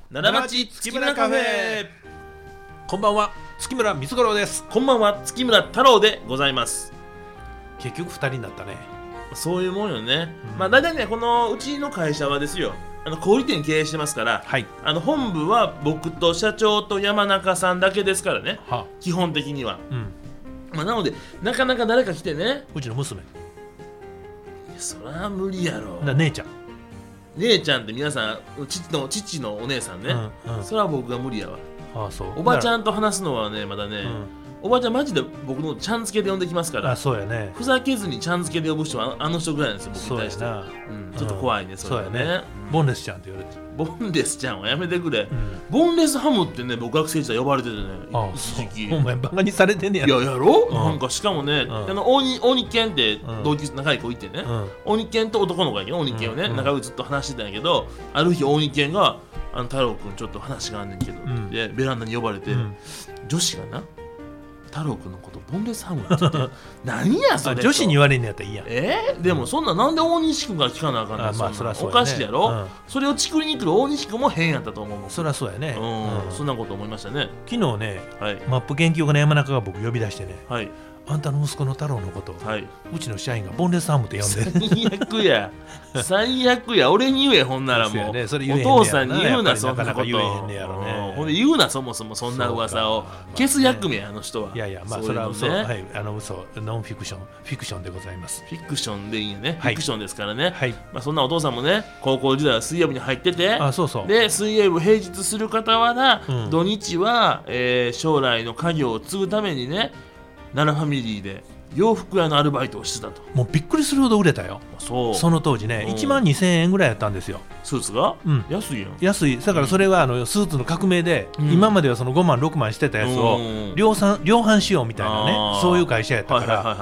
奈良町月村カフェ。 こんばんは、月村光五郎です。 こんばんは、月村太郎でございます。 結局2人になったね。 そういうもんよね、まあ大体ね、このうちの会社はですよ、小売店経営してますから、 はい、 本部は僕と社長と山中さんだけですからね、基本的には、なのでなかなか誰か来てね、 うちの娘、 そりゃ無理やろ。 姉ちゃんって皆さん父のお姉さんね、それは僕が無理やわ。 そう。 おばちゃんと話すのはねまだね、おばちゃんマジで僕のちゃん付けで呼んできますから。 そうやね。 ふざけずにちゃん付けで呼ぶ人はあの人ぐらいなんですよ、僕に対して。ちょっと怖いね、それはね。そうやね。 ボンレスちゃんって言われて。 ボンレスちゃんはやめてくれ。ボンレスハムってね、僕学生時代呼ばれててね、一時期。 お前バカにされてんねやろ。 いややろ、なんかしかもね、鬼犬って同級生仲いい子いてね、鬼犬と男の子やけど、鬼犬をね仲良くずっと話してたんやけど、ある日鬼犬が太郎くんちょっと話があんねんけど、でベランダに呼ばれて、女子がな太郎くんのことボンレスハムって言って何やそれ。 女子に言われんのやったらいいやん。 でもそんなんで大西くんから聞かなあかんねん。そらおかしいやろ、それをチクりに来る大西くんも変やったと思う。 そりゃそうやね。 そんなこと思いましたね。 昨日ね、マップ研究家の山中が僕呼び出してね、あんたの息子の太郎のことを、うちの社員がボンレスハムって呼んで。 最悪や。俺に言え、ほんならもう、お父さんに言うな、そんなこと。ほんで言うな、そもそもそんな噂を消す役目や、あの人は。 いやいや、まあそれは嘘、嘘、ノンフィクションでございます。 フィクションでいいよね。フィクションですからね。そんなお父さんもね、高校時代は水泳部に入ってて、で水泳部平日する傍ら、土日は将来の家業を継ぐためにね、奈良ファミリーで洋服屋のアルバイトをしてたと。 もうびっくりするほど売れたよ。その当時ね、1万2000円ぐらいやったんですよ、スーツが。安いやん。 安い。だからそれはスーツの革命で、今まではその5万6万してたやつを量販しようみたいなね、そういう会社やったから、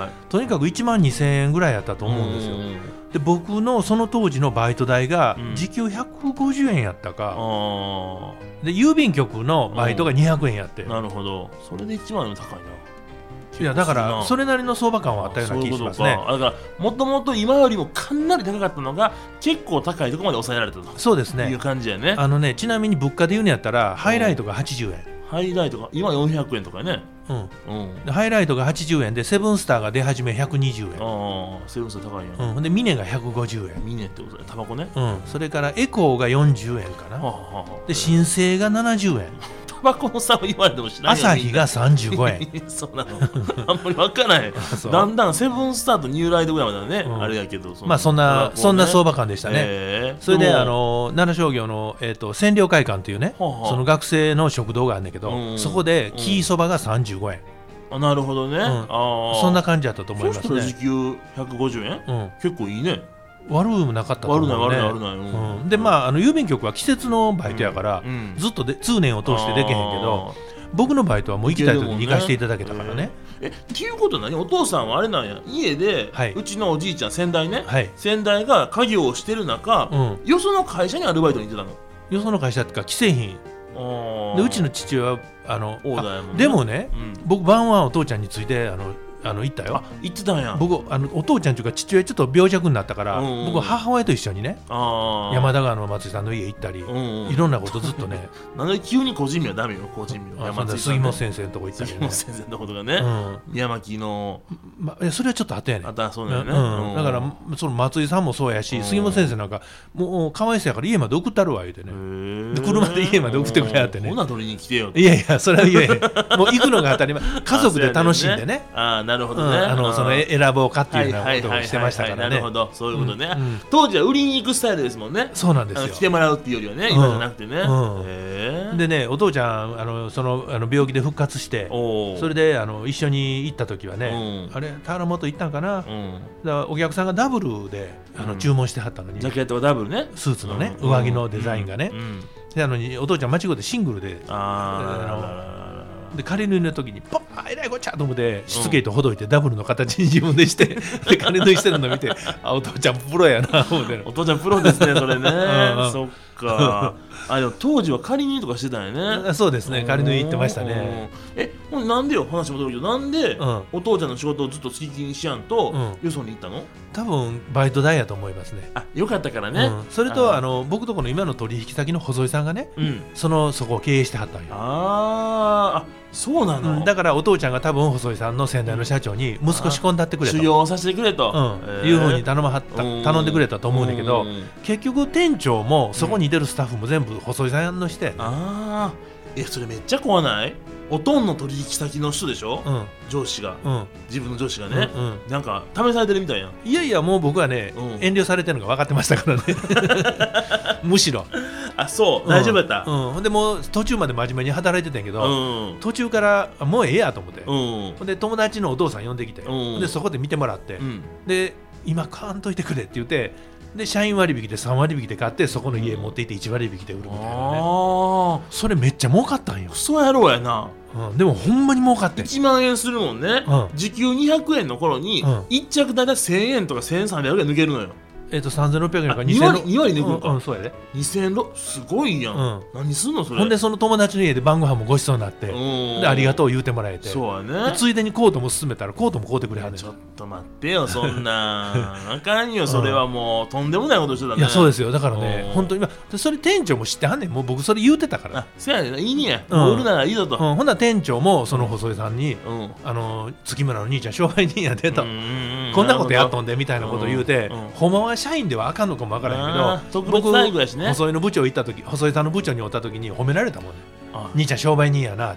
とにかく1万2000円ぐらいやったと思うんですよ。で僕のその当時のバイト代が時給150円やったか、で郵便局のバイトが200円やって。 なるほど。それで1万円も高いな。 いや、だからそれなりの相場感はあったような気がしますね。 だからもともと今よりもかなり高かったのが結構高いところまで抑えられたと。 そうですね。 いう感じやね。 ちなみに物価で言うんやったらハイライトが80円、 ハイライトが今400円とかね。 ハイライトが80円でセブンスターが出始め120円。 セブンスター高いやん。 でミネが150円。 ミネってことだよ、タバコね。 それからエコーが40円かな。で新生が70円。 タバコの差を言われても知らないよ。 朝日が35円。 そうなの。あんまり分からない。だんだんセブンスターとニューライトぐらいまでね、あれやけど。 まあそんな相場感でしたね。それで奈良商業の千両会館というね、その学生の食堂があるんだけど、そこでキーそばが35円。 なるほどね。 そんな感じだったと思いますね。 そうしたら時給150円、結構いいね。 悪くなかったと思うね。 悪ない。 で郵便局は季節のバイトやから、ずっと通年を通してできへんけど、僕のバイトはもう行きたい時に行かせていただけたからね。 っていうことは何、お父さんはあれなんや、家で、うちのおじいちゃん先代ね、先代が家業をしてる中、よその会社にアルバイトに行ってたの。 よその会社っていうか既製品で、うちの父親はでもね、僕晩はお父ちゃんについて行ったよ。 行ってたんや。 僕お父ちゃんというか父親ちょっと病弱になったから、僕は母親と一緒にね、山田川の松井さんの家行ったり、いろんなことずっとね。 なんで急に個人名はダメよ。個人名は杉本先生のとこ行ったりね。 杉本先生のとことかね、宮巻のそれはちょっと後やね。 そうだよね。 だからその松井さんもそうやし、杉本先生なんかもうかわいそうやから家まで送ったるわ言うてね、車で家まで送ってくれやってね。 ほな取りに来てよ。 いやいや、それは言えへん。もう行くのが当たり前。家族で楽しんでね。 なるほどね。 その選ぼうかっていうようなことをしてましたからね。 なるほど、そういうことね。当時は売りに行くスタイルですもんね。 そうなんですよ。 来てもらうっていうよりはね、今じゃなくてね。 でね、お父ちゃんその病気で復活して、それで一緒に行った時はね、あれ田原本行ったんかな。だからお客さんがダブルで注文してはったのに、 ジャケットがダブルね、 スーツのね、上着のデザインがね。でお父ちゃん間違ってシングルで、で仮縫いの時にパッえらいこっちゃと思ってしつけとほどいてダブルの形に自分でしてで金抜いしてるの見てお父ちゃんプロやな思ってお父ちゃんプロですねそれねそっかでも当時は仮縫いとかしてたんやね。 そうですね、仮縫い行ってましたね。 ほんなんでよ、話戻るけど、なんで、お父ちゃんの仕事をずっと好きにしやんと、よそに行ったの？ 多分バイト代やと思いますね。 よかったからね。 それと僕とこの今の取引先の細井さんがね、そこを経営してはったんよ。 そうなの。 だからお父ちゃんが多分細井さんの先代の社長に息子仕込んだってくれと、 修行させてくれと、 いうふうに頼んでくれたと思うんだけど、結局店長もそこにいてるスタッフも全部細井さんのして、 それめっちゃ怖ない？おとんの取引先の人でしょ、上司が、自分の上司がね、なんか試されてるみたいやん。 いやいや、もう僕はね、遠慮されてるのが分かってましたからねむしろ大丈夫やった。 でもう途中まで真面目に働いてたんやけど、途中からもうええやと思って、で友達のお父さん呼んできて、でそこで見てもらって、で今買わんといてくれって言って、で社員割引で3割引で買ってそこの家持って行って1割引で売るみたいなね。それめっちゃ儲かったんよ。 そうやろうやな。 でもほんまに儲かって 1万円するもんね、時給200円の頃に1着大体1000円とか1300円ぐらい抜けるのよ。 3600円か 2割抜くのか。 そうやで。 2000すごいやん。何すんのそれ。 ほんでその友達の家で晩ご飯もごちそうになって、でありがとう言うてもらえて、 そうやね。 ついでにコートも勧めたらコートも買うてくれはんねん。 ちょっと待ってよ、そんなあかんよ、それはもうとんでもないことしてたね。 いやそうですよ。だからね、本当今それ店長も知ってはんねん。もう僕それ言うてたから。 そうやね、いいねや。売るならいいぞと。 ほんなら店長もその細井さんに月村の兄ちゃん商売人やでと、こんなことやっとんでみたいなこと言うて、ほんまは社員ではあかんのかも分からへんけど、僕細井の部長行った時、細井さんの部長におった時に褒められたもんね。兄ちゃん商売人やなって。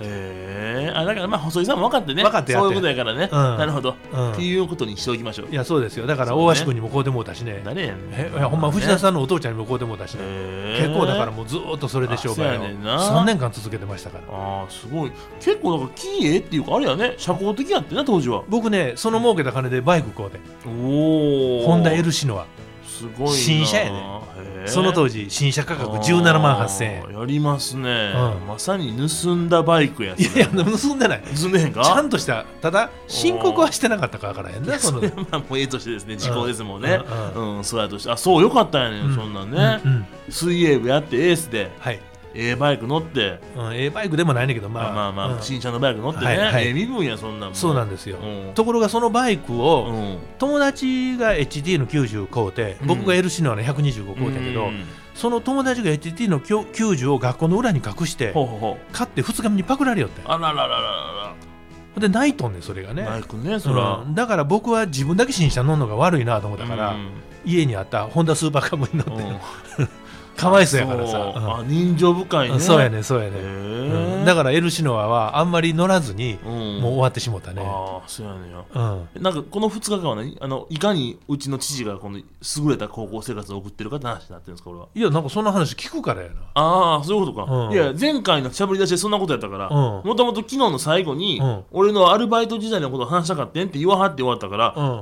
だから細井さんも分かってね、そういうことやからね。なるほどっていうことにしておきましょう。 いやそうですよ。だから大橋君にもこうでもうたしね。 誰やねん。 ほんま藤田さんのお父ちゃんにもこうでもうたしね。結構だからもうずっとそれで商売を3年間続けてましたから。 すごい。結構だからキーっていうかあれやね、社交的やってな当時は。 僕ね、その儲けた金でバイク買うて。ホンダエルシノア。 すごいな。 新車やね。その当時新車価格17万8000円。 やりますね。まさに盗んだバイクや。 いや盗んでない。 盗んでへんか。 ちゃんとした。ただ申告はしてなかったからからやんな。 それはもうとしてですね、時効ですもんね。そうやとして、そうよかったんやねん、そんなんね。水泳部やってエースで。バイク乗って、 バイクでもないねんけど、 新車のバイク乗ってね、身分やそんなんも。 そうなんですよ。ところがそのバイクを友達が HT の90買うて、僕が L シノアの125買うたけど、その友達が HT の90を学校の裏に隠して買って2日目にパクられよって。 あららららら。 で泣いとんねんそれがね。 泣くねそら。 だから僕は自分だけ新車乗るのが悪いなと思ったから、家にあったホンダスーパーカブに乗ってかわいそうやからさ。 人情深いね。 そうやねそうやね。だからエルシノアはあんまり乗らずにもう終わってしもったね。 そうやねや。なんかこの2日間はね、いかにうちの父がこの優れた高校生活を送ってるかって話になってるんですか、俺は。 いやなんかそんな話聞くからやな。そういうことか。いや前回のしゃべり出しでそんなことやったから、もともと昨日の最後に俺のアルバイト時代のことを話したかってんって言わはって終わったから、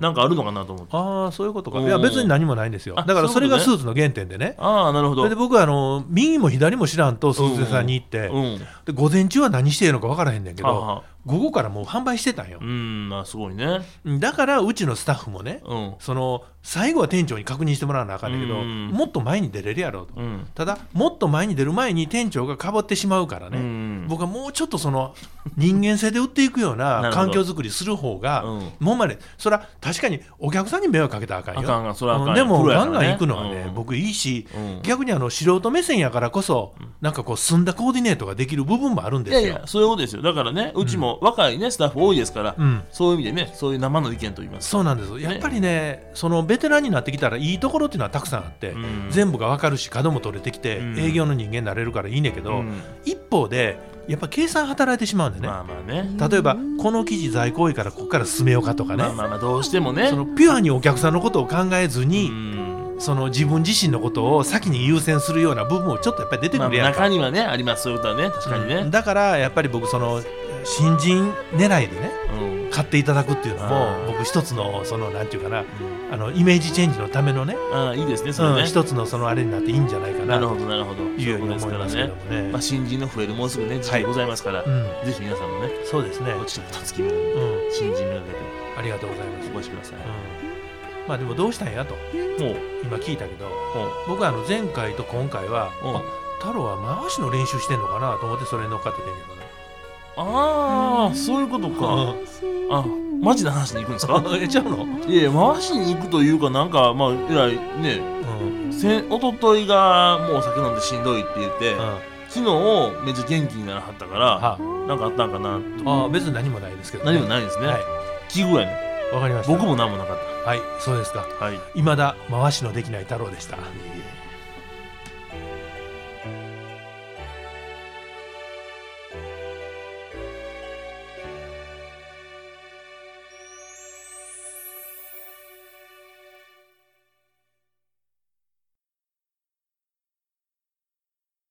なんかあるのかなと思って。 そういうことか。いや別に何もないんですよ。だからそれがスーツの原点でね。 なるほど。 で僕は右も左も知らんと鈴木さんに行って、で午前中は何しているのか分からへんねんけど、午後からもう販売してたんよ。 すごいね。 だからうちのスタッフもね、最後は店長に確認してもらわなあかんねんけど、もっと前に出れるやろうと。ただもっと前に出る前に店長がかばってしまうからね、僕はもうちょっとその人間性で売っていくような環境づくりする方がもうまで、それは確かにお客さんに迷惑かけたらあかんよ。でもガンガン行くのはね僕いいし、逆に素人目線やからこそなんかこう澄んだコーディネートができる部分もあるんですよ。 いやいやそういうことですよ。だからね、うちも若いねスタッフ多いですから、そういう意味でね、そういう生の意見と言いますか。 そうなんです。やっぱりね、そのベテランになってきたらいいところっていうのはたくさんあって、全部が分かるし角も取れてきて、営業の人間になれるからいいねんけど、一方でやっぱ計算働いてしまうんでね。例えばこの生地在庫多いからここから進めようかとかね。 どうしてもね、 そのピュアにお客さんのことを考えずに、その自分自身のことを先に優先するような部分もちょっとやっぱり出てくるやんか。 中にはねあります、そういうことはね、確かにね。 だからやっぱり僕その新人狙いでね、 買っていただくっていうのも僕一つのそのなんていうかな、イメージチェンジのためのね、 いいですねそれね、 一つのそのあれになっていいんじゃないかな。 なるほどなるほど。 いうように思いますけどもね。 新人の増えるもうすぐね時期ございますから、ぜひ皆さんもね、 そうですね、 落ちた月村に新人めがけてありがとうございます。 お越しください。 まあでもどうしたんやと今聞いたけど、僕は前回と今回は太郎は回しの練習してんのかなと思ってそれに乗っかっててんけどね。 ああ、そういうことか。マジな話に行くんですか？ ちゃうの？ いや回しに行くというか、なんかまあえらいね、おとといがもうお酒飲んでしんどいって言って、昨日めっちゃ元気にならはったから、なんかあったんかなと。 別に何もないですけど、 何もないですね。奇遇やね。 わかりました。 僕も何もなかった。 はい、そうですか。はい。未だ回しのできない太郎でした。